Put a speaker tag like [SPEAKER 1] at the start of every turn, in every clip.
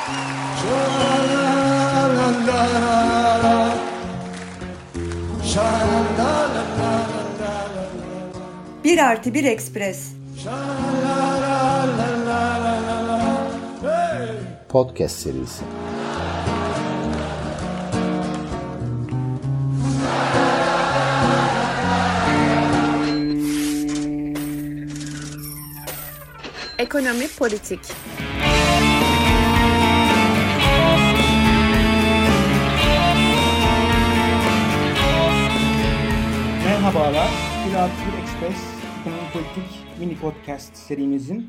[SPEAKER 1] Bir artı bir Ekspres.
[SPEAKER 2] Podcast serisi.
[SPEAKER 3] Ekonomi, politik.
[SPEAKER 4] Merhabalar, Bir Artı Bir Ekspres Ekonomi Politik mini podcast serimizin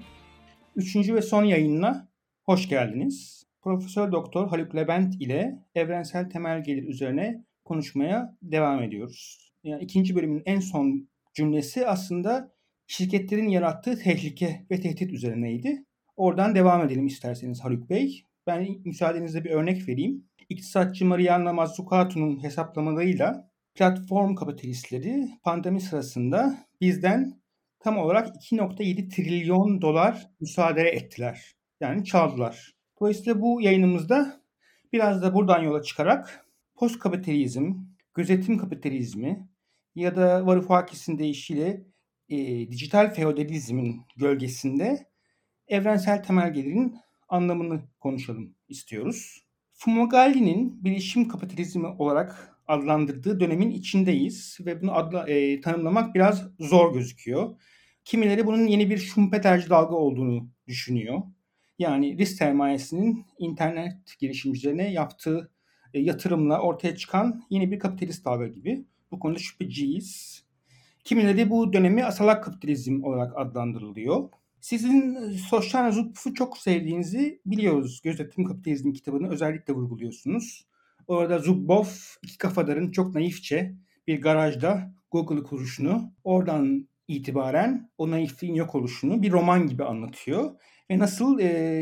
[SPEAKER 4] 3. ve son yayınına hoş geldiniz. Profesör Doktor Haluk Levent ile evrensel temel gelir üzerine konuşmaya devam ediyoruz. Yani ikinci bölümün en son cümlesi aslında şirketlerin yarattığı tehlike ve tehdit üzerineydi. Oradan devam edelim isterseniz Haluk Bey. Ben müsaadenizle bir örnek vereyim. İktisatçı Mariana Mazzucato'nun hesaplamalarıyla platform kapitalistleri pandemi sırasında bizden tam olarak 2,7 trilyon dolar müsaade ettiler. Yani çaldılar. Dolayısıyla bu yayınımızda biraz da buradan yola çıkarak post kapitalizm, gözetim kapitalizmi ya da Varoufakis'in deyişiyle dijital feodalizmin gölgesinde evrensel temel gelirin anlamını konuşalım istiyoruz. Fumagalli'nin bilişim kapitalizmi olarak adlandırdığı dönemin içindeyiz ve bunu tanımlamak biraz zor gözüküyor. Kimileri bunun yeni bir Schumpeterci dalga olduğunu düşünüyor. Yani risk sermayesinin internet girişimcilerine yaptığı yatırımla ortaya çıkan yeni bir kapitalist dalga gibi. Bu konuda şüpheciyiz. Kimileri bu dönemi asalak kapitalizm olarak adlandırılıyor. Sizin Sosyal Zupf'u çok sevdiğinizi biliyoruz. Gözetim Kapitalizm kitabını özellikle vurguluyorsunuz. Orada Zuboff iki kafadarın çok naifçe bir garajda Google'ı kuruşunu, oradan itibaren o naifliğin yok oluşunu bir roman gibi anlatıyor. Ve nasıl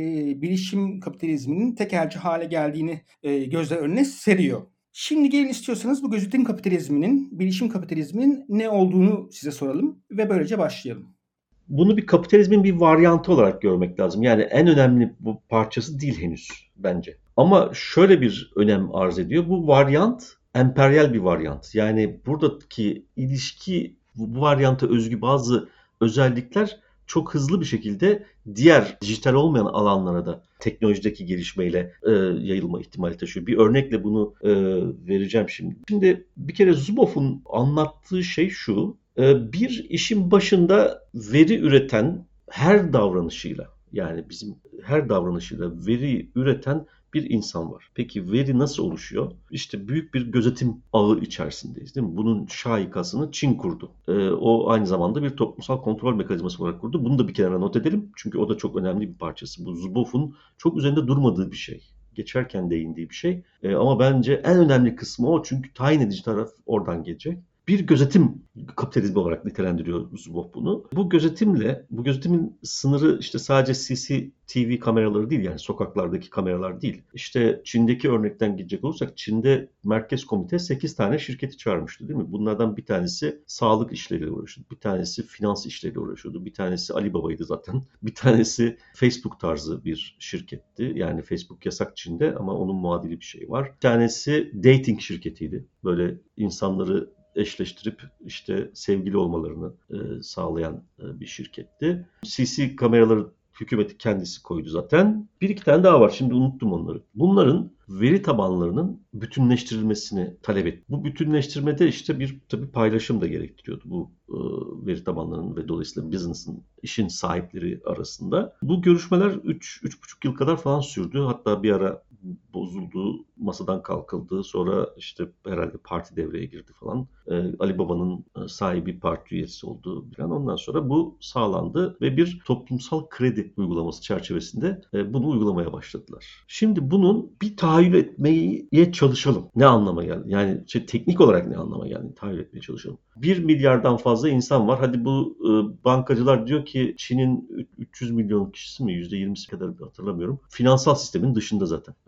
[SPEAKER 4] bilişim kapitalizminin tekelci hale geldiğini gözler önüne seriyor. Şimdi gelin istiyorsanız bu gözetim kapitalizminin, bilişim kapitalizminin ne olduğunu size soralım ve böylece başlayalım.
[SPEAKER 5] Bunu bir kapitalizmin bir varyantı olarak görmek lazım. Yani en önemli bu parçası değil henüz bence. Ama şöyle bir önem arz ediyor. Bu varyant emperyal bir varyant. Yani buradaki ilişki, bu varyanta özgü bazı özellikler çok hızlı bir şekilde diğer dijital olmayan alanlara da teknolojideki gelişmeyle yayılma ihtimali taşıyor. Bir örnekle bunu vereceğim şimdi. Şimdi bir kere Zuboff'un anlattığı şey şu. Bir işin başında veri üreten her davranışıyla, yani bizim her davranışıyla veri üreten bir insan var. Peki veri nasıl oluşuyor? İşte büyük bir gözetim ağı içerisindeyiz, değil mi? Bunun şahikasını Çin kurdu. O aynı zamanda bir toplumsal kontrol mekanizması olarak kurdu. Bunu da bir kenara not edelim. Çünkü o da çok önemli bir parçası. Bu Zuboff'un çok üzerinde durmadığı bir şey. Geçerken değindiği bir şey. Ama bence en önemli kısmı o. Çünkü tayin edici taraf oradan gelecek. Bir gözetim kapitalizmi olarak nitelendiriyor Zuboff bunu. Bu gözetimin sınırı işte sadece CCTV kameraları değil, yani sokaklardaki kameralar değil. İşte Çin'deki örnekten gidecek olursak, Çin'de Merkez Komite 8 tane şirketi çağırmıştı, değil mi? Bunlardan bir tanesi sağlık işleriyle uğraşıyordu. Bir tanesi finans işleriyle uğraşıyordu. Bir tanesi Alibaba'ydı zaten. Bir tanesi Facebook tarzı bir şirketti. Yani Facebook yasak Çin'de ama onun muadili bir şey var. Bir tanesi dating şirketiydi. Böyle insanları eşleştirip işte sevgili olmalarını sağlayan bir şirketti. CC kameraları hükümeti kendisi koydu zaten. Bir iki tane daha var. Şimdi unuttum onları. Bunların veri tabanlarının bütünleştirilmesini talep etti. Bu bütünleştirmede işte bir tabii paylaşım da gerektiriyordu bu veri tabanlarının ve dolayısıyla business'ın, işin sahipleri arasında. Bu görüşmeler 3,5 yıl kadar falan sürdü. Hatta bir ara bozuldu, masadan kalkıldı. Sonra işte herhalde parti devreye girdi falan. Alibaba'nın sahibi parti üyesi oldu falan. Ondan sonra bu sağlandı ve bir toplumsal kredi uygulaması çerçevesinde bunu uygulamaya başladılar. Şimdi bunun bir tahayyül etmeye çalışalım. Ne anlama geldi? Yani teknik olarak ne anlama geldi? Tahayyül etmeye çalışalım. 1 milyardan fazla insan var. Hadi bu bankacılar diyor ki Çin'in 300 milyon kişisi mi, %20'si kadar hatırlamıyorum, finansal sistemin dışında zaten.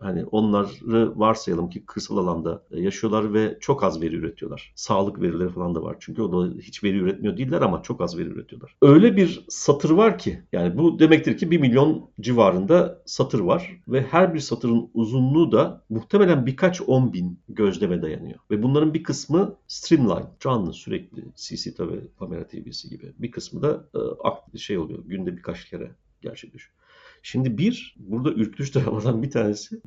[SPEAKER 5] Hani onları varsayalım ki kırsal alanda yaşıyorlar ve çok az veri üretiyorlar. Sağlık verileri falan da var. Çünkü o da hiç veri üretmiyor değiller ama çok az veri üretiyorlar. Öyle bir satır var ki, yani bu demektir ki 1 milyon civarında satır var ve her bir satırın uzunluğu da muhtemelen birkaç 10 bin gözleme dayanıyor. Ve bunların bir kısmı streamline, canlı, sürekli CCTV, Kamera TV'si gibi. Bir kısmı da oluyor, günde birkaç kere gerçekleşiyor. Şimdi burada ürkütücü taraflardan bir tanesi,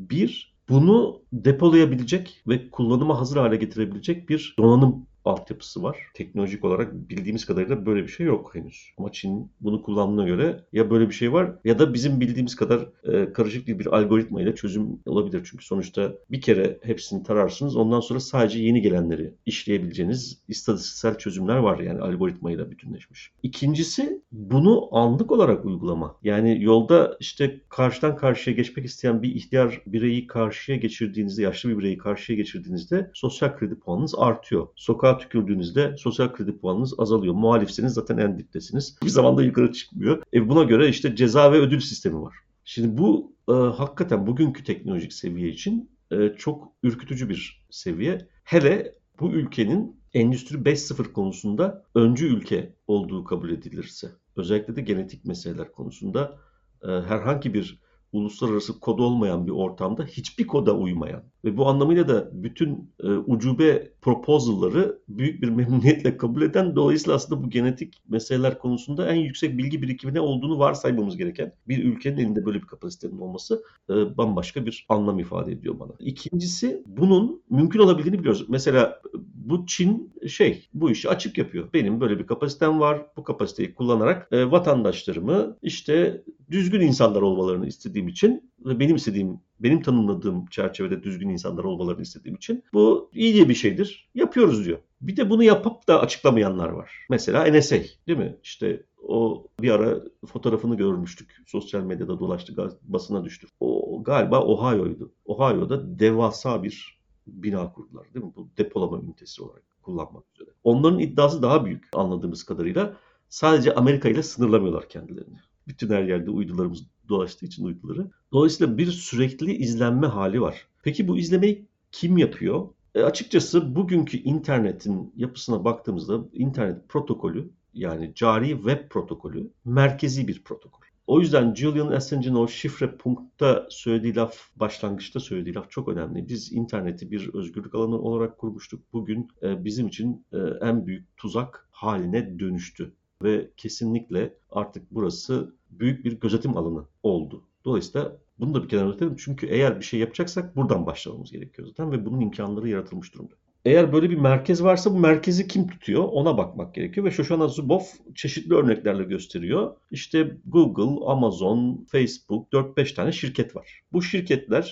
[SPEAKER 5] bunu depolayabilecek ve kullanıma hazır hale getirebilecek bir donanım altyapısı var. Teknolojik olarak bildiğimiz kadarıyla böyle bir şey yok henüz. Ama Çin bunu kullandığına göre ya böyle bir şey var ya da bizim bildiğimiz kadar karışık bir algoritma ile çözüm olabilir. Çünkü sonuçta bir kere hepsini tararsınız. Ondan sonra sadece yeni gelenleri işleyebileceğiniz istatistiksel çözümler var, yani algoritmayla bütünleşmiş. İkincisi, bunu anlık olarak uygulama. Yani yolda işte karşıdan karşıya geçmek isteyen bir ihtiyar bireyi karşıya geçirdiğinizde, yaşlı bir bireyi karşıya geçirdiğinizde sosyal kredi puanınız artıyor. Sokağa tükürdüğünüzde sosyal kredi puanınız azalıyor. Muhalifseniz zaten en diptesiniz. Bir zamanda yukarı çıkmıyor. Buna göre işte ceza ve ödül sistemi var. Şimdi bu hakikaten bugünkü teknolojik seviye için çok ürkütücü bir seviye. Hele bu ülkenin Endüstri 5.0 konusunda öncü ülke olduğu kabul edilirse, özellikle de genetik meseleler konusunda herhangi bir uluslararası kod olmayan bir ortamda hiçbir koda uymayan ve bu anlamıyla da bütün ucube proposal'ları büyük bir memnuniyetle kabul eden, dolayısıyla aslında bu genetik meseleler konusunda en yüksek bilgi birikimine olduğunu varsaymamız gereken bir ülkenin elinde böyle bir kapasitenin olması bambaşka bir anlam ifade ediyor bana. İkincisi, bunun mümkün olabildiğini biliyoruz. Mesela bu Çin bu işi açık yapıyor. Benim böyle bir kapasitem var. Bu kapasiteyi kullanarak vatandaşlarımı işte düzgün insanlar olmalarını istediğim için ve benim tanımladığım çerçevede düzgün insanlar olmalarını istediğim için bu iyi bir şeydir. Yapıyoruz diyor. Bir de bunu yapıp da açıklamayanlar var. Mesela NSA, değil mi? İşte o bir ara fotoğrafını görmüştük. Sosyal medyada dolaştı, basına düştü. O galiba Ohio'ydu. Ohio'da devasa bir bina kurdular, değil mi? Bu depolama ünitesi olarak kullanmak üzere. Onların iddiası daha büyük anladığımız kadarıyla. Sadece Amerika ile sınırlamıyorlar kendilerini. Bütün her yerde uydularımız dolaştığı için uyduları. Dolayısıyla bir sürekli izlenme hali var. Peki bu izlemeyi kim yapıyor? Açıkçası bugünkü internetin yapısına baktığımızda internet protokolü, yani cari web protokolü merkezi bir protokol. O yüzden Julian Assange'in o şifre punktta söylediği laf, başlangıçta söylediği laf çok önemli. Biz interneti bir özgürlük alanı olarak kurmuştuk. Bugün bizim için en büyük tuzak haline dönüştü. Ve kesinlikle artık burası büyük bir gözetim alanı oldu. Dolayısıyla bunu da bir kenara tutalım. Çünkü eğer bir şey yapacaksak buradan başlamamız gerekiyor zaten ve bunun imkanları yaratılmış durumda. Eğer böyle bir merkez varsa bu merkezi kim tutuyor ona bakmak gerekiyor ve Shoshana Zuboff çeşitli örneklerle gösteriyor. İşte Google, Amazon, Facebook, 4-5 tane şirket var. Bu şirketler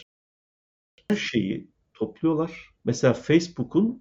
[SPEAKER 5] her şeyi topluyorlar. Mesela Facebook'un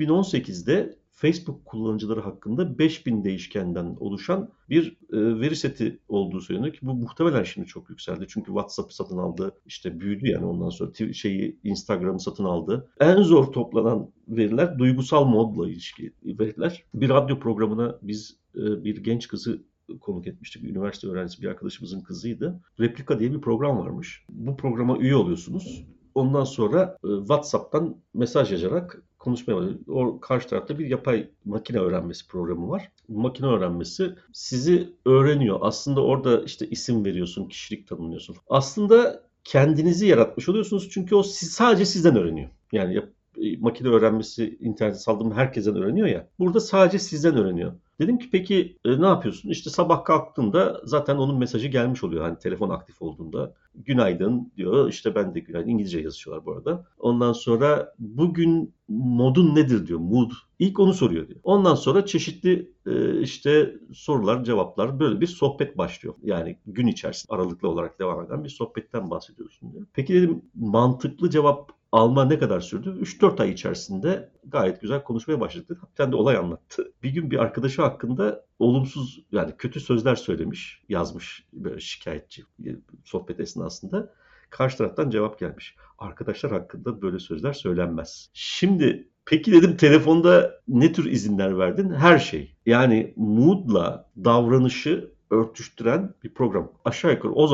[SPEAKER 5] 2018'de Facebook kullanıcıları hakkında 5000 değişkenden oluşan bir veri seti olduğu söyleniyor ki bu muhtemelen şimdi çok yükseldi. Çünkü WhatsApp'ı satın aldı, işte büyüdü, yani ondan sonra Instagram'ı satın aldı. En zor toplanan veriler duygusal modla ilişkili veriler. Bir radyo programına biz bir genç kızı konuk etmiştik. Üniversite öğrencisi bir arkadaşımızın kızıydı. Replika diye bir program varmış. Bu programa üye oluyorsunuz. Ondan sonra WhatsApp'tan mesaj yazarak konuşmaya başlıyor. O karşı tarafta bir yapay makine öğrenmesi programı var. Bu makine öğrenmesi sizi öğreniyor. Aslında orada işte isim veriyorsun, kişilik tanımlıyorsun. Aslında kendinizi yaratmış oluyorsunuz çünkü o sadece sizden öğreniyor. Yani makine öğrenmesi internete saldığında herkesten öğreniyor ya. Burada sadece sizden öğreniyor. Dedim ki peki ne yapıyorsun? İşte sabah kalktığında zaten onun mesajı gelmiş oluyor. Hani telefon aktif olduğunda. Günaydın diyor. İşte ben de günaydın. İngilizce yazışıyorlar bu arada. Ondan sonra bugün modun nedir diyor. Mood. İlk onu soruyor diyor. Ondan sonra çeşitli işte sorular, cevaplar, böyle bir sohbet başlıyor. Yani gün içerisinde aralıklı olarak devam eden bir sohbetten bahsediyorsun diyor. Peki dedim, mantıklı cevap alma ne kadar sürdü? 3-4 ay içerisinde gayet güzel konuşmaya başladık. Hatta de olay anlattı. Bir gün bir arkadaşı hakkında olumsuz, yani kötü sözler söylemiş, yazmış, böyle şikayetçi sohbet esnasında. Karşı taraftan cevap gelmiş. Arkadaşlar hakkında böyle sözler söylenmez. Şimdi peki dedim, telefonda ne tür izinler verdin? Her şey. Yani mood'la davranışı örtüştüren bir program. Aşağı yukarı o zaman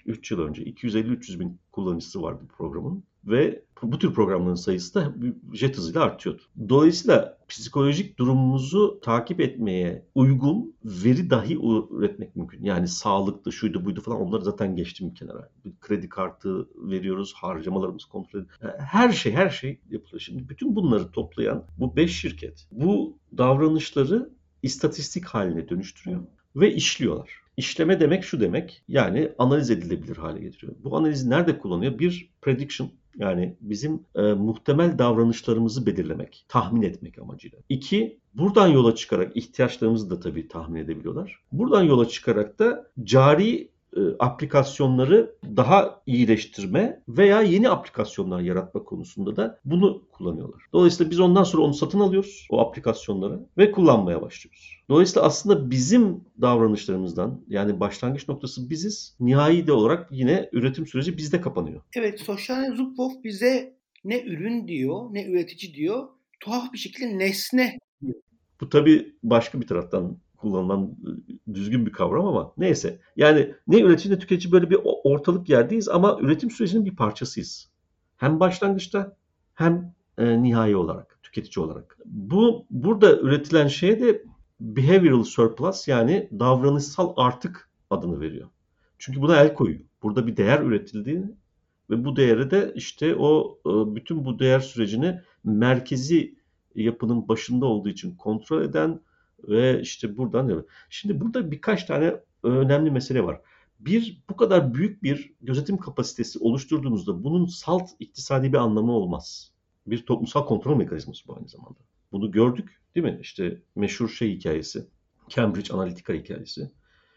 [SPEAKER 5] 3 yıl önce 250-300 bin kullanıcısı vardı bu programın. Ve bu tür programların sayısı da jet hızıyla artıyordu. Dolayısıyla psikolojik durumumuzu takip etmeye uygun veri dahi üretmek mümkün. Yani sağlıklı, şuydu buydu falan, onları zaten geçtim bir kenara. Bir kredi kartı veriyoruz, harcamalarımız kontrol ediyoruz. Her şey yapılıyor. Şimdi bütün bunları toplayan bu 5 şirket bu davranışları istatistik haline dönüştürüyor ve işliyorlar. İşleme demek şu demek, yani analiz edilebilir hale getiriyor. Bu analizi nerede kullanıyor? Bir, prediction, yani bizim muhtemel davranışlarımızı belirlemek, tahmin etmek amacıyla. 2, buradan yola çıkarak ihtiyaçlarımızı da tabii tahmin edebiliyorlar. Buradan yola çıkarak da cari aplikasyonları daha iyileştirme veya yeni aplikasyonlar yaratma konusunda da bunu kullanıyorlar. Dolayısıyla biz ondan sonra onu satın alıyoruz, o aplikasyonları, ve kullanmaya başlıyoruz. Dolayısıyla aslında bizim davranışlarımızdan, yani başlangıç noktası biziz, nihai de olarak yine üretim süreci bizde kapanıyor.
[SPEAKER 4] Evet, Sosyal Zuboff bize ne ürün diyor, ne üretici diyor, tuhaf bir şekilde nesne diyor.
[SPEAKER 5] Bu tabii başka bir taraftan kullanılan düzgün bir kavram ama neyse. Yani ne üretici ne tüketici, böyle bir ortalık yerdeyiz ama üretim sürecinin bir parçasıyız. Hem başlangıçta hem nihai olarak, tüketici olarak. Burada üretilen şeye de behavioral surplus, yani davranışsal artık adını veriyor. Çünkü buna el koyuyor. Burada bir değer üretildiğini ve bu değere de işte o bütün bu değer sürecini merkezi yapının başında olduğu için kontrol eden ve işte buradan. Şimdi burada birkaç tane önemli mesele var. Bir, bu kadar büyük bir gözetim kapasitesi oluşturduğunuzda bunun salt iktisadi bir anlamı olmaz. Bir toplumsal kontrol mekanizması bu aynı zamanda. Bunu gördük, değil mi? İşte meşhur hikayesi, Cambridge Analytica hikayesi.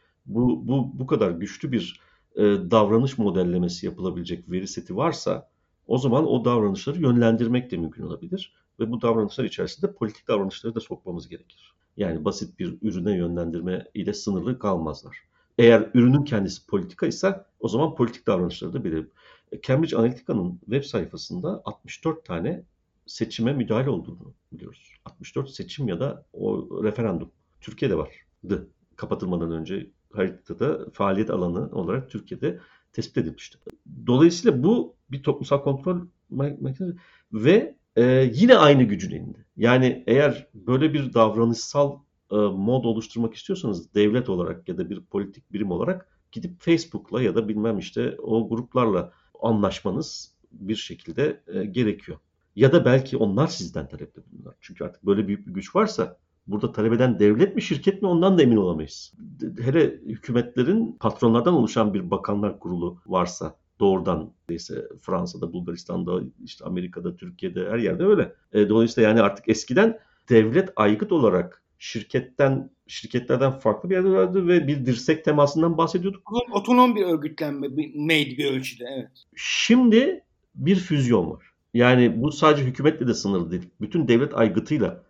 [SPEAKER 5] Bu kadar güçlü bir davranış modellemesi yapılabilecek veri seti varsa, o zaman o davranışları yönlendirmek de mümkün olabilir. Ve bu davranışlar içerisinde politik davranışları da sokmamız gerekir. Yani basit bir ürüne yönlendirme ile sınırlı kalmazlar. Eğer ürünün kendisi politika ise o zaman politik davranışları da belirli. Cambridge Analytica'nın web sayfasında 64 tane seçime müdahale olduğunu biliyoruz. 64 seçim ya da o referandum. Türkiye'de vardı. Kapatılmadan önce haritada faaliyet alanı olarak Türkiye'de tespit edilmişti. Dolayısıyla bu bir toplumsal kontrol mekanizması ve yine aynı gücün elinde. Yani eğer böyle bir davranışsal mod oluşturmak istiyorsanız devlet olarak ya da bir politik birim olarak gidip Facebook'la ya da bilmem işte o gruplarla anlaşmanız bir şekilde gerekiyor. Ya da belki onlar sizden talepte bulunurlar. Çünkü artık böyle büyük bir güç varsa burada talep eden devlet mi şirket mi, ondan da emin olamayız. Hele hükümetlerin patronlardan oluşan bir bakanlar kurulu varsa, doğrudan ise Fransa'da, Bulgaristan'da, işte Amerika'da, Türkiye'de, her yerde öyle. Dolayısıyla yani artık eskiden devlet aygıt olarak şirketlerden farklı bir yerde vardı ve bir dirsek temasından bahsediyorduk.
[SPEAKER 4] Otonom bir örgütlenmeydi bir ölçüde, evet.
[SPEAKER 5] Şimdi bir füzyon var. Yani bu sadece hükümetle de sınırlı değil. Bütün devlet aygıtıyla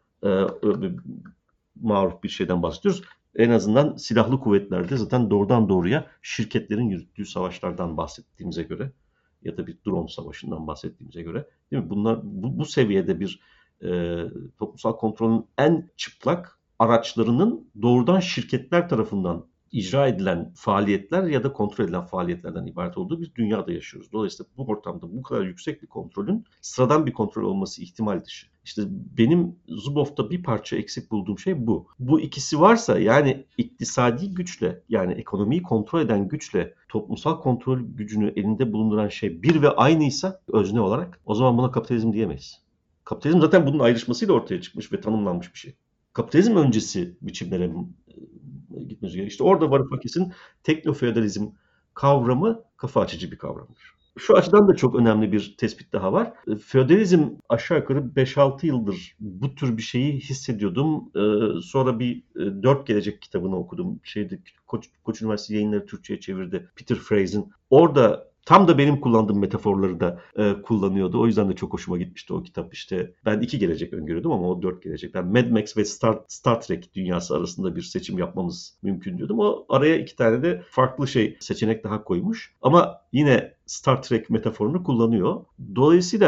[SPEAKER 5] maruf bir şeyden bahsediyoruz. En azından silahlı kuvvetlerde zaten doğrudan doğruya şirketlerin yürüttüğü savaşlardan bahsettiğimize göre ya da bir drone savaşından bahsettiğimize göre, değil mi? Bunlar bu seviyede bir toplumsal kontrolün en çıplak araçlarının doğrudan şirketler tarafından icra edilen faaliyetler ya da kontrol edilen faaliyetlerden ibaret olduğu bir dünyada yaşıyoruz. Dolayısıyla bu ortamda bu kadar yüksek bir kontrolün sıradan bir kontrol olması ihtimal dışı. İşte benim Zuboff'ta bir parça eksik bulduğum şey bu. Bu ikisi varsa, yani iktisadi güçle, yani ekonomiyi kontrol eden güçle toplumsal kontrol gücünü elinde bulunduran şey bir ve aynıysa özne olarak, o zaman buna kapitalizm diyemeyiz. Kapitalizm zaten bunun ayrışmasıyla ortaya çıkmış ve tanımlanmış bir şey. Kapitalizm öncesi biçimlere gitmemiz gerekiyor. İşte orada Varoufakis'in teknofeodalizm kavramı kafa açıcı bir kavramdır. Şu açıdan da çok önemli bir tespit daha var. Feodalizm aşağı yukarı 5-6 yıldır bu tür bir şeyi hissediyordum. Sonra bir Dört Gelecek kitabını okudum. Koç Üniversitesi Yayınları Türkçe'ye çevirdi. Peter Frase'in. Orada tam da benim kullandığım metaforları da kullanıyordu. O yüzden de çok hoşuma gitmişti o kitap. İşte ben 2 gelecek öngörüyordum ama o 4 gelecek. Ben Mad Max ve Star Trek dünyası arasında bir seçim yapmamız mümkün diyordum. O araya 2 tane de farklı seçenek daha koymuş. Ama yine Star Trek metaforunu kullanıyor. Dolayısıyla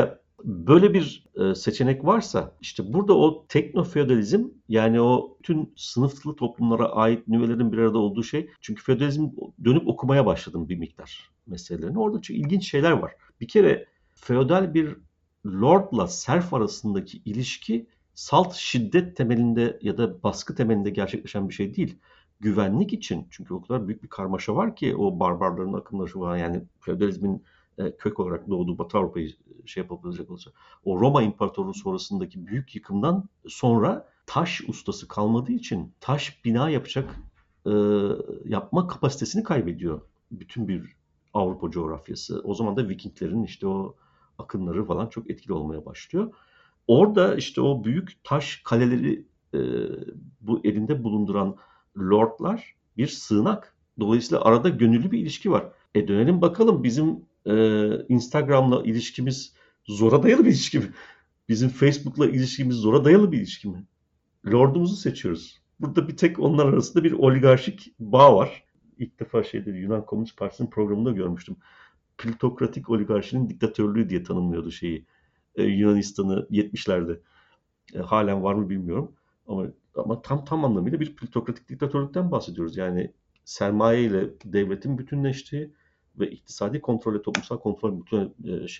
[SPEAKER 5] böyle bir seçenek varsa işte burada o teknofeodalizm, yani o bütün sınıflı toplumlara ait nüvelerin bir arada olduğu şey. Çünkü feodalizm, dönüp okumaya başladım bir miktar meselelerini. Orada çok ilginç şeyler var. Bir kere feodal bir lordla serf arasındaki ilişki salt şiddet temelinde ya da baskı temelinde gerçekleşen bir şey değil. Güvenlik için, çünkü o kadar büyük bir karmaşa var ki o barbarların akımları şu var, yani feodalizmin kök olarak doğduğu Batı Avrupa'yı yapılacak olsa, o Roma İmparatorluğu sonrasındaki büyük yıkımdan sonra taş ustası kalmadığı için taş bina yapma kapasitesini kaybediyor bütün bir Avrupa coğrafyası. O zaman da Vikinglerin işte o akınları falan çok etkili olmaya başlıyor. Orada işte o büyük taş kaleleri bu elinde bulunduran lordlar bir sığınak. Dolayısıyla arada gönüllü bir ilişki var. Dönelim bakalım, bizim Instagram'la ilişkimiz zora dayalı bir ilişki mi? Bizim Facebook'la ilişkimiz zora dayalı bir ilişki mi? Lordumuzu seçiyoruz. Burada bir tek onlar arasında bir oligarşik bağ var. İlk defa Yunan Komünist Partisi'nin programında görmüştüm. Plutokratik oligarşinin diktatörlüğü diye tanımlıyordu Yunanistan'ı 70'lerde. Halen var mı bilmiyorum. Ama tam anlamıyla bir plutokratik diktatörlükten bahsediyoruz. Yani sermaye ile devletin bütünleştiği ve iktisadi kontrolle toplumsal kontrol bütün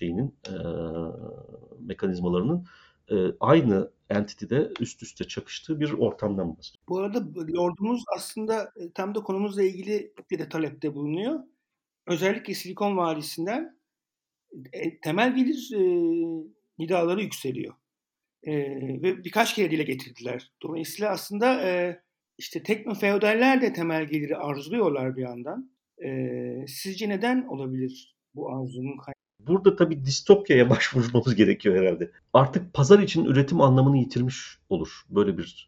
[SPEAKER 5] mekanizmalarının aynı entity'de üst üste çakıştığı bir ortamdan bahsediyoruz.
[SPEAKER 4] Bu arada lordumuz aslında tam da konumuzla ilgili bir de talepte bulunuyor. Özellikle Silikon Vadisi'nden temel gelir nidaları yükseliyor. Ve birkaç kere dile getirdiler. Dolayısıyla aslında işte teknofeodaller de temel geliri arzuluyorlar bir yandan. Sizce neden olabilir bu arzunun kaynağı?
[SPEAKER 5] Burada tabii distopyaya başvurmamız gerekiyor herhalde. Artık pazar için üretim anlamını yitirmiş olur. Böyle bir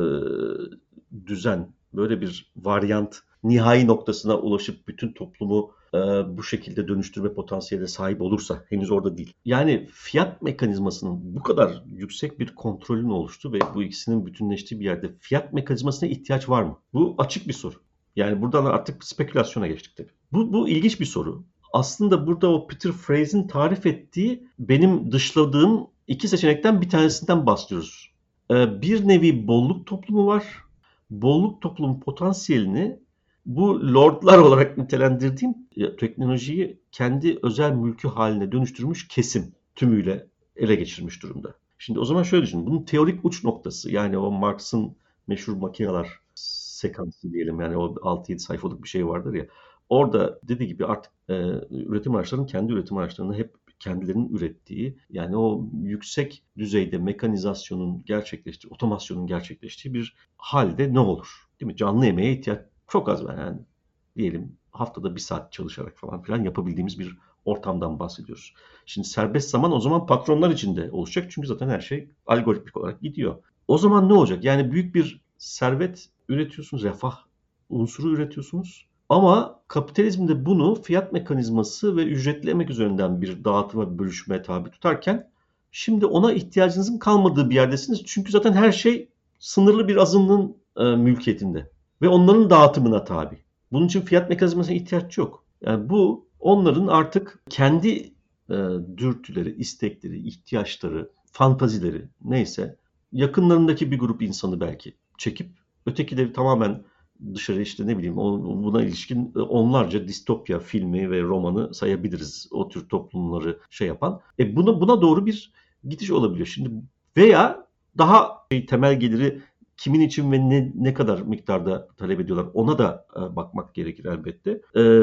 [SPEAKER 5] düzen, böyle bir varyant nihai noktasına ulaşıp bütün toplumu bu şekilde dönüştürme potansiyeline sahip olursa, henüz orada değil. Yani fiyat mekanizmasının bu kadar yüksek bir kontrolün oluştuğu ve bu ikisinin bütünleştiği bir yerde fiyat mekanizmasına ihtiyaç var mı? Bu açık bir soru. Yani buradan artık spekülasyona geçtik tabii. Bu ilginç bir soru. Aslında burada o Peter Frase'in tarif ettiği, benim dışladığım iki seçenekten bir tanesinden bahsediyoruz. Bir nevi bolluk toplumu var. Bolluk toplumu potansiyelini bu lordlar olarak nitelendirdiğim teknolojiyi kendi özel mülkü haline dönüştürmüş kesim tümüyle ele geçirmiş durumda. Şimdi o zaman şöyle düşünün. Bunun teorik uç noktası, yani o Marx'ın meşhur makineler sekansı diyelim, yani o 6-7 sayfalık bir şey vardır ya. Orada dediği gibi artık üretim araçlarının kendi üretim araçlarını hep kendilerinin ürettiği, yani o yüksek düzeyde mekanizasyonun gerçekleştiği, otomasyonun gerçekleştiği bir halde ne olur? Değil mi? Canlı emeğe ihtiyaç çok az var yani. Diyelim haftada 1 saat çalışarak falan filan yapabildiğimiz bir ortamdan bahsediyoruz. Şimdi serbest zaman o zaman patronlar için de olacak. Çünkü zaten her şey algoritmik olarak gidiyor. O zaman ne olacak? Yani büyük bir servet üretiyorsunuz, refah unsuru üretiyorsunuz. Ama kapitalizmde bunu fiyat mekanizması ve ücretli emek üzerinden bir dağıtıma, bölüşmeye tabi tutarken şimdi ona ihtiyacınızın kalmadığı bir yerdesiniz. Çünkü zaten her şey sınırlı bir azınlığın mülkiyetinde ve onların dağıtımına tabi. Bunun için fiyat mekanizmasına ihtiyaç yok. Yani bu onların artık kendi dürtüleri, istekleri, ihtiyaçları, fantazileri neyse, yakınlarındaki bir grup insanı belki çekip ötekileri tamamen dışarı, işte ne bileyim, buna ilişkin onlarca distopya filmi ve romanı sayabiliriz. O tür toplumları yapan. Buna doğru bir gidiş olabiliyor. Şimdi veya daha temel geliri kimin için ve ne kadar miktarda talep ediyorlar, ona da bakmak gerekir elbette.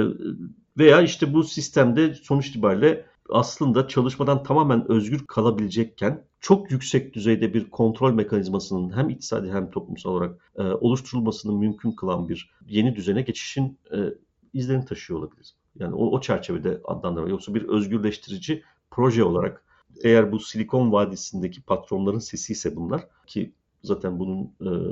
[SPEAKER 5] Veya işte bu sistemde sonuç itibariyle aslında çalışmadan tamamen özgür kalabilecekken çok yüksek düzeyde bir kontrol mekanizmasının hem iktisadi hem toplumsal olarak oluşturulmasını mümkün kılan bir yeni düzene geçişin izlerini taşıyor olabiliriz. Yani o çerçevede adlandırma. Yoksa bir özgürleştirici proje olarak, eğer bu Silikon Vadisi'ndeki patronların sesi ise bunlar, ki zaten bunun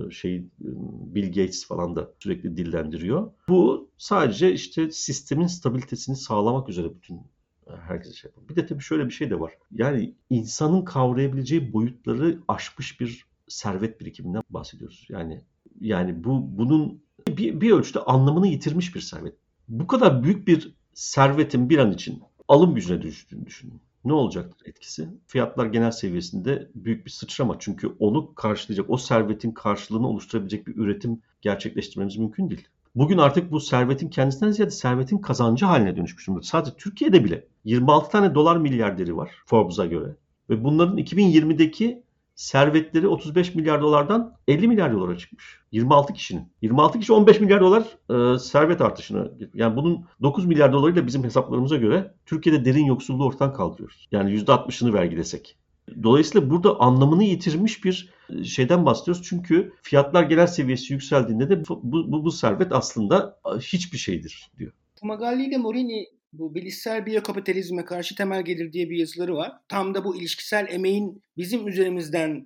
[SPEAKER 5] Bill Gates falan da sürekli dillendiriyor. Bu sadece işte sistemin stabilitesini sağlamak üzere bütün herkese yapıyor. Bir de tabii şöyle bir şey de var. Yani insanın kavrayabileceği boyutları aşmış bir servet birikiminden bahsediyoruz. Yani bunun bir ölçüde anlamını yitirmiş bir servet. Bu kadar büyük bir servetin bir an için alım gücüne düştüğünü düşünün. Ne olacaktır etkisi? Fiyatlar genel seviyesinde büyük bir sıçrama. Çünkü onu karşılayacak, o servetin karşılığını oluşturabilecek bir üretim gerçekleştirmemiz mümkün değil. Bugün artık bu servetin kendisinden ziyade servetin kazancı haline dönüşmüş durumda. Sadece Türkiye'de bile 26 tane dolar milyarderi var Forbes'a göre. Ve bunların 2020'deki servetleri 35 milyar dolardan 50 milyar dolara çıkmış. 26 kişinin. 26 kişi 15 milyar dolar servet artışına. Yani bunun 9 milyar dolarıyla bizim hesaplarımıza göre Türkiye'de derin yoksulluğu ortadan kaldırıyoruz. Yani %60'ını vergilesek. Dolayısıyla burada anlamını yitirmiş bir şeyden bahsediyoruz. Çünkü fiyatlar genel seviyesi yükseldiğinde de bu servet aslında hiçbir şeydir diyor.
[SPEAKER 4] Fumagalli ile Morini bu bilişsel biyokapitalizme karşı temel gelir diye bir yazıları var. Tam da bu ilişkisel emeğin bizim üzerimizden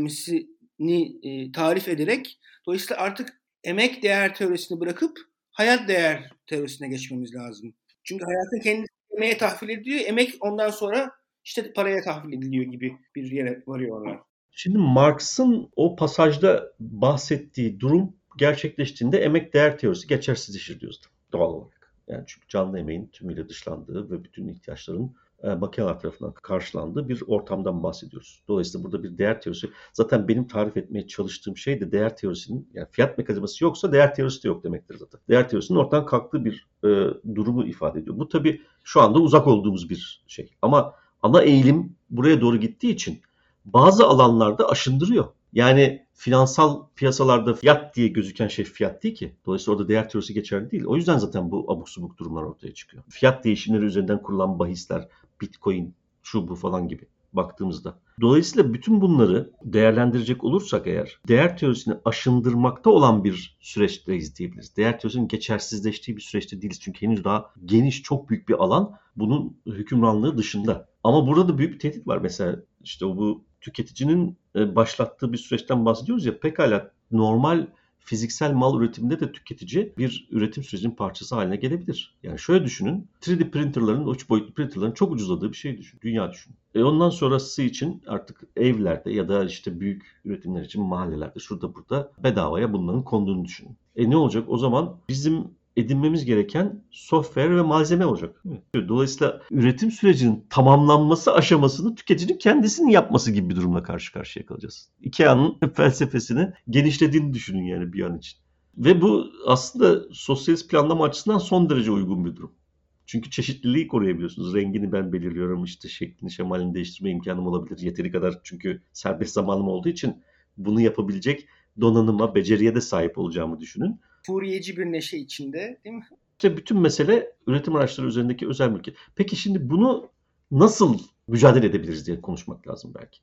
[SPEAKER 4] ilerlemesini tarif ederek dolayısıyla artık emek değer teorisini bırakıp hayat değer teorisine geçmemiz lazım. Çünkü hayatın kendisi emeğe tahvil ediliyor. Emek ondan sonra işte paraya tahvil ediliyor gibi bir yere varıyorlar.
[SPEAKER 5] Şimdi Marx'ın o pasajda bahsettiği durum gerçekleştiğinde emek değer teorisi geçersizleşir diyoruz doğal olarak. Yani çünkü canlı emeğin tümüyle dışlandığı ve bütün ihtiyaçların makineler tarafından karşılandığı bir ortamdan bahsediyoruz. Dolayısıyla burada bir değer teorisi, zaten benim tarif etmeye çalıştığım şey de değer teorisinin, yani fiyat mekanizması yoksa değer teorisi de yok demektir zaten. Değer teorisinin ortadan kalktığı bir durumu ifade ediyor. Bu tabii şu anda uzak olduğumuz bir şey. Ama ana eğilim buraya doğru gittiği için bazı alanlarda aşındırıyor. Yani finansal piyasalarda fiyat diye gözüken şey fiyat değil ki. Dolayısıyla orada değer teorisi geçerli değil. O yüzden zaten bu abuk subuk durumlar ortaya çıkıyor. Fiyat değişimleri üzerinden kurulan bahisler, Bitcoin, şu bu falan gibi baktığımızda. Dolayısıyla bütün bunları değerlendirecek olursak eğer değer teorisini aşındırmakta olan bir süreçteyiz diyebiliriz. Değer teorisinin geçersizleştiği bir süreçte değiliz. Çünkü henüz daha geniş, çok büyük bir alan bunun hükümranlığı dışında. Ama burada da büyük bir tehdit var. Mesela işte bu tüketicinin başlattığı bir süreçten bahsediyoruz ya, pekala normal fiziksel mal üretiminde de tüketici bir üretim sürecinin parçası haline gelebilir. Yani şöyle düşünün, 3D printerların, 3 boyutlu printerların çok ucuzladığı bir şey düşün, dünya düşün. Ondan sonrası için artık evlerde ya da işte büyük üretimler için mahallelerde, şurada burada bedavaya bunların konduğunu düşünün. Ne olacak? O zaman bizim edinmemiz gereken software ve malzeme olacak. Dolayısıyla üretim sürecinin tamamlanması aşamasını tüketicinin kendisinin yapması gibi bir durumla karşı karşıya kalacağız. IKEA'nın felsefesini genişlediğini düşünün yani bir an için. Ve bu aslında sosyalist planlama açısından son derece uygun bir durum. Çünkü çeşitliliği koruyabiliyorsunuz. Rengini ben belirliyorum, işte şeklini, şemalini değiştirme imkanım olabilir. Yeteri kadar, çünkü serbest zamanım olduğu için bunu yapabilecek donanıma, beceriye de sahip olacağımı düşünün.
[SPEAKER 4] Furiyeci bir neşe içinde, değil mi?
[SPEAKER 5] İşte bütün mesele üretim araçları üzerindeki özel mülkiyet. Peki şimdi bunu nasıl mücadele edebiliriz diye konuşmak lazım belki.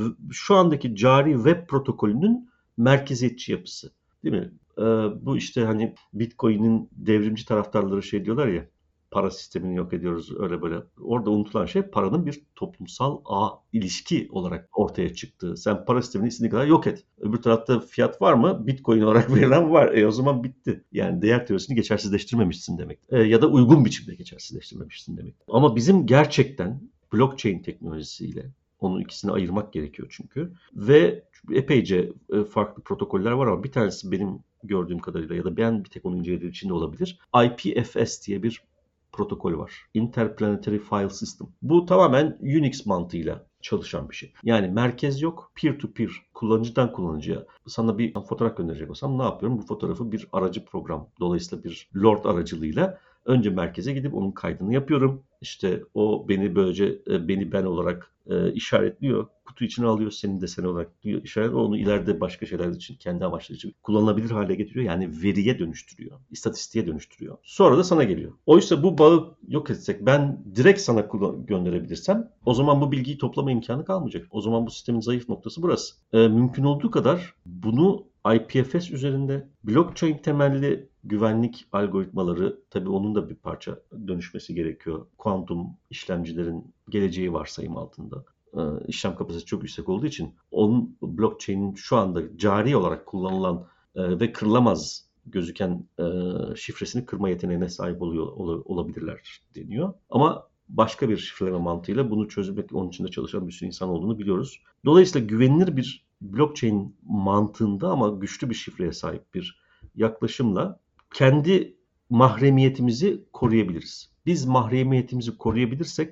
[SPEAKER 5] Şu andaki cari web protokolünün merkeziyetçi yapısı, değil mi? Bu işte hani Bitcoin'in devrimci taraftarları şey diyorlar ya, para sistemini yok ediyoruz öyle böyle. Orada unutulan şey paranın bir toplumsal ağ, ilişki olarak ortaya çıktığı. Sen para sistemini istediğin kadar yok et. Öbür tarafta fiyat var mı? Bitcoin olarak verilen var. O zaman bitti. Yani değer teorisini geçersizleştirmemişsin demek. Ya da uygun biçimde geçersizleştirmemişsin demek. Ama bizim gerçekten blockchain teknolojisiyle onun ikisini ayırmak gerekiyor çünkü. Ve epeyce farklı protokoller var ama bir tanesi benim gördüğüm kadarıyla ya da ben bir tek onu incelediğim için de olabilir. IPFS diye bir protokol var. Interplanetary File System. Bu tamamen Unix mantığıyla çalışan bir şey. Yani merkez yok, peer-to-peer, kullanıcıdan kullanıcıya. Sana bir fotoğraf gönderecek olsam ne yapıyorum? Bu fotoğrafı bir aracı program, dolayısıyla bir Lord aracılığıyla önce merkeze gidip onun kaydını yapıyorum. İşte o beni böylece beni ben olarak işaretliyor. Kutu içine alıyor, senin de sen olarak diyor, işaretliyor. Onu ileride başka şeyler için, kendi amaçları için kullanılabilir hale getiriyor. Yani veriye dönüştürüyor, istatistiğe dönüştürüyor. Sonra da sana geliyor. Oysa bu bağı yok etsek, ben direkt sana gönderebilirsem, o zaman bu bilgiyi toplama imkanı kalmayacak. O zaman bu sistemin zayıf noktası burası. Mümkün olduğu kadar bunu IPFS üzerinde, blockchain temelli güvenlik algoritmaları, tabii onun da bir parça dönüşmesi gerekiyor. Kuantum işlemcilerin geleceği varsayım altında. İşlem kapasitesi çok yüksek olduğu için onun, blockchain'in şu anda cari olarak kullanılan ve kırılamaz gözüken şifresini kırma yeteneğine sahip olabilirler deniyor. Ama başka bir şifreleme mantığıyla bunu çözmek, onun için de çalışan bir sürü insan olduğunu biliyoruz. Dolayısıyla güvenilir bir blockchain mantığında ama güçlü bir şifreye sahip bir yaklaşımla kendi mahremiyetimizi koruyabiliriz. Biz mahremiyetimizi koruyabilirsek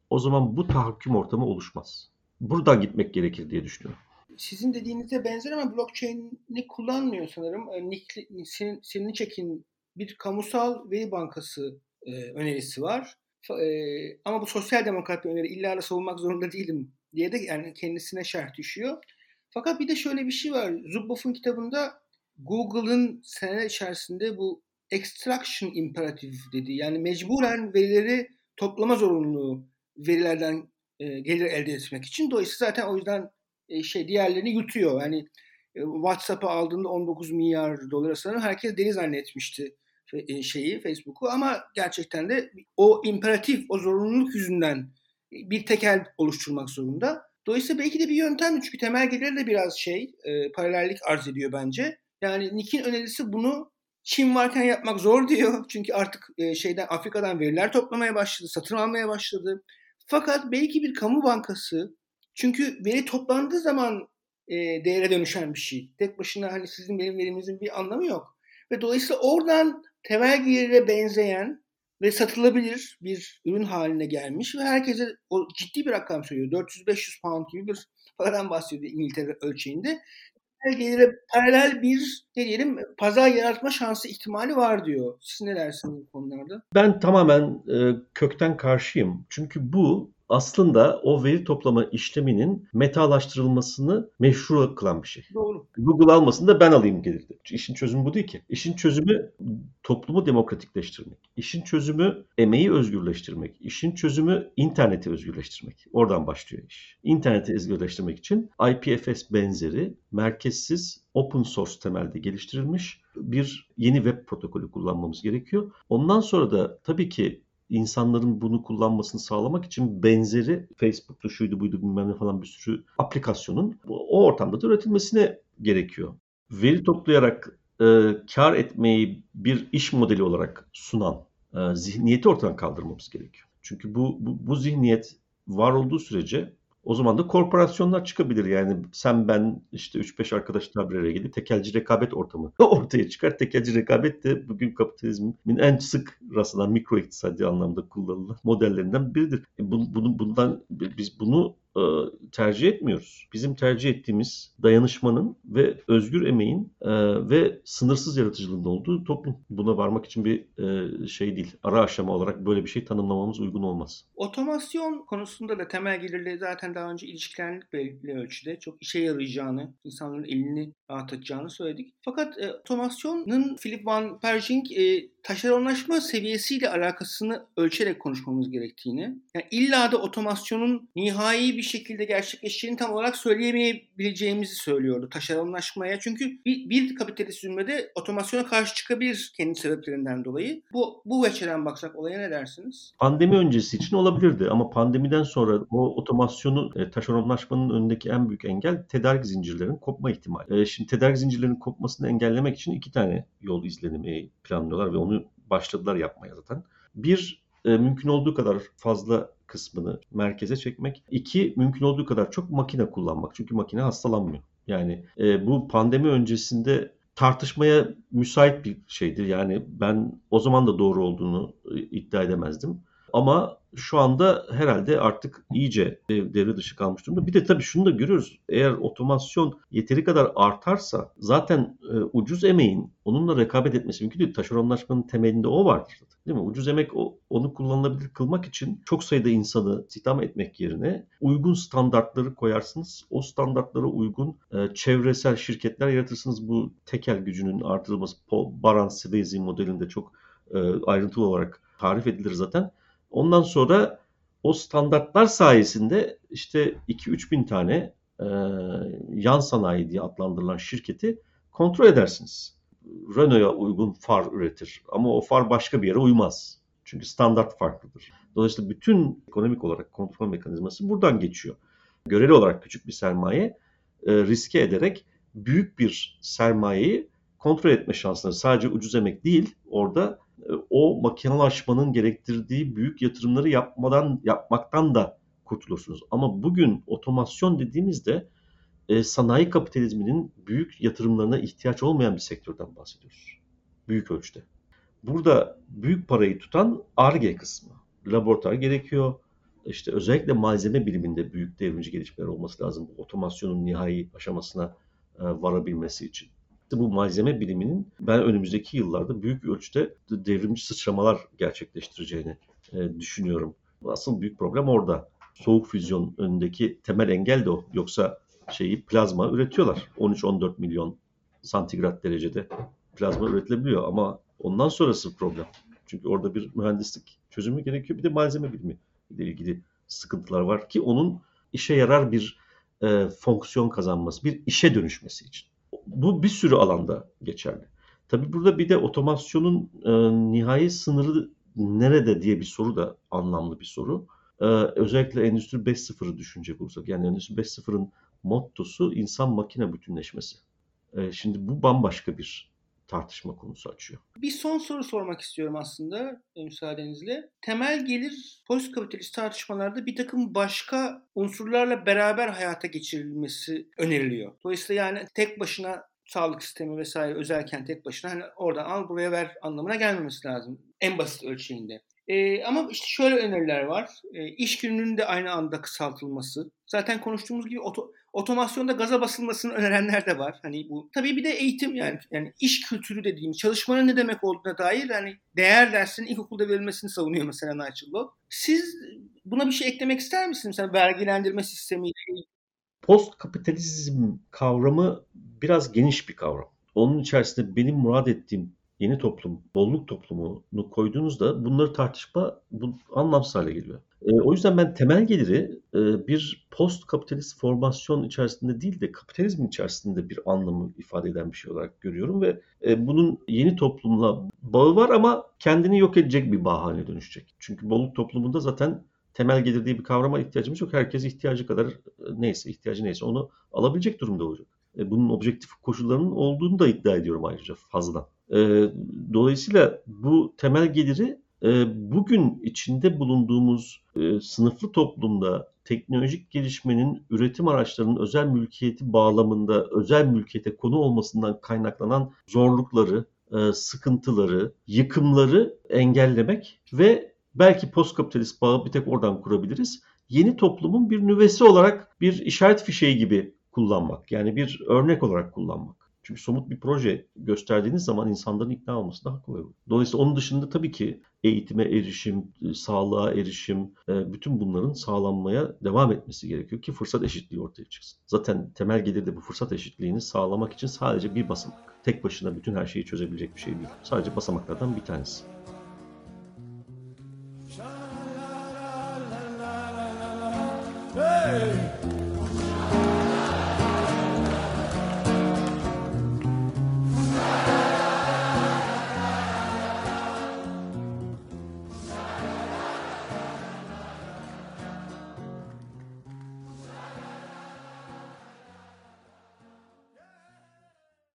[SPEAKER 5] o zaman bu tahakküm ortamı oluşmaz. Buradan gitmek gerekir diye düşünüyorum.
[SPEAKER 4] Sizin dediğinize benzer ama blockchain'i kullanmıyor sanırım. Sinocheck'in bir kamusal veri bankası önerisi var. Ama bu sosyal demokrat bir öneri, illa da savunmak zorunda değilim diye de yani kendisine şerh düşüyor. Fakat bir de şöyle bir şey var. Zuboff'un kitabında Google'ın seneler içerisinde bu extraction imperative dediği, yani mecburen verileri toplama zorunluluğu, verilerden gelir elde etmek için. Dolayısıyla zaten o yüzden diğerlerini yutuyor. Yani WhatsApp'ı aldığında 19 milyar dolara sanırım herkes deli zannetmişti Facebook'u, ama gerçekten de o imperatif, o zorunluluk yüzünden bir tekel oluşturmak zorunda. Dolayısıyla belki de bir yöntem, çünkü temel geliri de biraz paralellik arz ediyor bence. Yani Nick'in önerisi bunu Çin varken yapmak zor diyor. Çünkü artık Afrika'dan veriler toplamaya başladı, satın almaya başladı. Fakat belki bir kamu bankası, çünkü veri toplandığı zaman değere dönüşen bir şey. Tek başına hani sizin benim verimizin bir anlamı yok. Ve dolayısıyla oradan temel gelire benzeyen ve satılabilir bir ürün haline gelmiş ve herkese o ciddi bir rakam söylüyor. 400-500 pound gibi bir paradan bahsediyor İngiltere ölçeğinde. Temel gelire paralel bir pazar yaratma şansı, ihtimali var diyor. Siz ne dersiniz bu konularda?
[SPEAKER 5] Ben tamamen kökten karşıyım. Çünkü bu aslında o veri toplama işleminin metalaştırılmasını meşru kılan bir şey.
[SPEAKER 4] Doğru.
[SPEAKER 5] Google almasın da ben alayım gelirdi. İşin çözümü bu değil ki. İşin çözümü toplumu demokratikleştirmek. İşin çözümü emeği özgürleştirmek. İşin çözümü interneti özgürleştirmek. Oradan başlıyor iş. İnterneti özgürleştirmek için IPFS benzeri merkezsiz open source temelde geliştirilmiş bir yeni web protokolü kullanmamız gerekiyor. Ondan sonra da tabii ki insanların bunu kullanmasını sağlamak için benzeri Facebook'ta şuydu buydu bilmem ne falan bir sürü aplikasyonun o ortamda da üretilmesine gerekiyor. Veri toplayarak kar etmeyi bir iş modeli olarak sunan zihniyeti ortadan kaldırmamız gerekiyor. Çünkü bu zihniyet var olduğu sürece o zaman da korporasyonlar çıkabilir. Yani sen ben işte 3-5 arkadaşlar bir araya gelip tekelci rekabet ortamı ortaya çıkar. Tekelci rekabet de bugün kapitalizmin en sık rastlanan mikro iktisadi anlamda kullanılan modellerinden biridir. Biz bunu tercih etmiyoruz. Bizim tercih ettiğimiz dayanışmanın ve özgür emeğin ve sınırsız yaratıcılığın olduğu toplum. Buna varmak için bir değil. Ara aşama olarak böyle bir şey tanımlamamız uygun olmaz.
[SPEAKER 4] Otomasyon konusunda da temel gelirle zaten daha önce ilişkilendik belli ölçüde. Çok işe yarayacağını, insanların elini rahatlatacağını söyledik. Fakat otomasyonun Philip Van Pershing taşeronlaşma seviyesiyle alakasını ölçerek konuşmamız gerektiğini, yani illa da otomasyonun nihai bir şekilde gerçekleşeceğini tam olarak söyleyemeyebileceğimizi söylüyordu taşeronlaşmaya. Çünkü bir kapitalist zümrede otomasyona karşı çıkabilir kendi sebeplerinden dolayı. Bu açıdan baksak olaya ne dersiniz?
[SPEAKER 5] Pandemi öncesi için olabilirdi ama pandemiden sonra o otomasyonu, taşeronlaşmanın önündeki en büyük engel tedarik zincirlerinin kopma ihtimali. Şimdi tedarik zincirlerinin kopmasını engellemek için 2 tane yol izlemeyi planlıyorlar ve onu başladılar yapmaya zaten. Bir, mümkün olduğu kadar fazla kısmını merkeze çekmek. 2, mümkün olduğu kadar çok makine kullanmak. Çünkü makine hastalanmıyor. Yani bu pandemi öncesinde tartışmaya müsait bir şeydir. Yani ben o zaman da doğru olduğunu iddia edemezdim. Ama şu anda herhalde artık iyice devre dışı kalmış durumda. Bir de tabii şunu da görüyoruz. Eğer otomasyon yeteri kadar artarsa zaten ucuz emeğin onunla rekabet etmesi mümkün değil. Taşeronlaşmanın temelinde o vardır. Değil mi? Ucuz emek onu kullanılabilir kılmak için çok sayıda insanı istihdam etmek yerine uygun standartları koyarsınız. O standartlara uygun çevresel şirketler yaratırsınız. Bu tekel gücünün artırılması Baran-Svezi modelinde çok ayrıntılı olarak tarif edilir zaten. Ondan sonra o standartlar sayesinde işte 2-3 bin tane yan sanayi diye adlandırılan şirketi kontrol edersiniz. Renault'a uygun far üretir ama o far başka bir yere uymaz. Çünkü standart farklıdır. Dolayısıyla bütün ekonomik olarak kontrol mekanizması buradan geçiyor. Göreli olarak küçük bir sermaye riske ederek büyük bir sermayeyi kontrol etme şansları, sadece ucuz emek değil, orada o makinelaşmanın gerektirdiği büyük yatırımları yapmaktan da kurtulursunuz. Ama bugün otomasyon dediğimizde sanayi kapitalizminin büyük yatırımlarına ihtiyaç olmayan bir sektörden bahsediyoruz. Büyük ölçüde. Burada büyük parayı tutan Ar-Ge kısmı. Laboratuvar gerekiyor, işte özellikle malzeme biliminde büyük devrimci gelişmeler olması lazım. Bu otomasyonun nihai aşamasına varabilmesi için. Bu malzeme biliminin ben önümüzdeki yıllarda büyük ölçüde devrimci sıçramalar gerçekleştireceğini düşünüyorum. Asıl büyük problem orada. Soğuk füzyon önündeki temel engel de o. Yoksa plazma üretiyorlar. 13-14 milyon santigrat derecede plazma üretilebiliyor ama ondan sonrası problem. Çünkü orada bir mühendislik çözümü gerekiyor. Bir de malzeme bilimi ile ilgili sıkıntılar var ki onun işe yarar bir fonksiyon kazanması, bir işe dönüşmesi için. Bu bir sürü alanda geçerli. Tabii burada bir de otomasyonun nihai sınırı nerede diye bir soru da anlamlı bir soru. Özellikle Endüstri 5.0'ı düşünecek olursak, yani Endüstri 5.0'ın mottosu insan-makine bütünleşmesi. Şimdi bu bambaşka bir tartışma konusu açıyor.
[SPEAKER 4] Bir son soru sormak istiyorum aslında müsaadenizle. Temel gelir postkapitalist tartışmalarda bir takım başka unsurlarla beraber hayata geçirilmesi öneriliyor. Dolayısıyla yani tek başına sağlık sistemi vesaire özelken tek başına hani oradan al buraya ver anlamına gelmemesi lazım en basit ölçeğinde. Ama işte şöyle öneriler var. İş gününün de aynı anda kısaltılması. Zaten konuştuğumuz gibi otomasyonda gaza basılmasını önerenler de var. Hani bu tabii bir de eğitim yani iş kültürü dediğimiz çalışmanın ne demek olduğuna dair hani değer dersinin ilkokulda verilmesini savunuyor mesela Nigel Locke. Siz buna bir şey eklemek ister misiniz? Mesela vergilendirme sistemiyle ilgili.
[SPEAKER 5] Postkapitalizm kavramı biraz geniş bir kavram. Onun içerisinde benim murad ettiğim yeni toplum, bolluk toplumunu koyduğunuzda bunları tartışma anlamsız hale geliyor. O yüzden ben temel geliri bir post kapitalist formasyon içerisinde değil de kapitalizmin içerisinde bir anlamı ifade eden bir şey olarak görüyorum ve bunun yeni toplumla bağı var ama kendini yok edecek bir bağ haline dönüşecek. Çünkü bolluk toplumunda zaten temel gelir diye bir kavrama ihtiyacımız yok. Herkes ihtiyacı kadar ihtiyacı neyse onu alabilecek durumda olacak. Bunun objektif koşullarının olduğunu da iddia ediyorum ayrıca fazladan. Dolayısıyla bu temel geliri bugün içinde bulunduğumuz sınıflı toplumda teknolojik gelişmenin üretim araçlarının özel mülkiyeti bağlamında özel mülkiyete konu olmasından kaynaklanan zorlukları, sıkıntıları, yıkımları engellemek ve belki postkapitalist bağı bir tek oradan kurabiliriz. Yeni toplumun bir nüvesi olarak bir işaret fişeği gibi kullanmak. Yani bir örnek olarak kullanmak. Çünkü somut bir proje gösterdiğiniz zaman insanların ikna olması daha kolay olur. Dolayısıyla onun dışında tabii ki eğitime erişim, sağlığa erişim, bütün bunların sağlanmaya devam etmesi gerekiyor ki fırsat eşitliği ortaya çıksın. Zaten temel gelir de bu fırsat eşitliğini sağlamak için sadece bir basamak. Tek başına bütün her şeyi çözebilecek bir şey değil. Sadece basamaklardan bir tanesi.
[SPEAKER 6] Hey!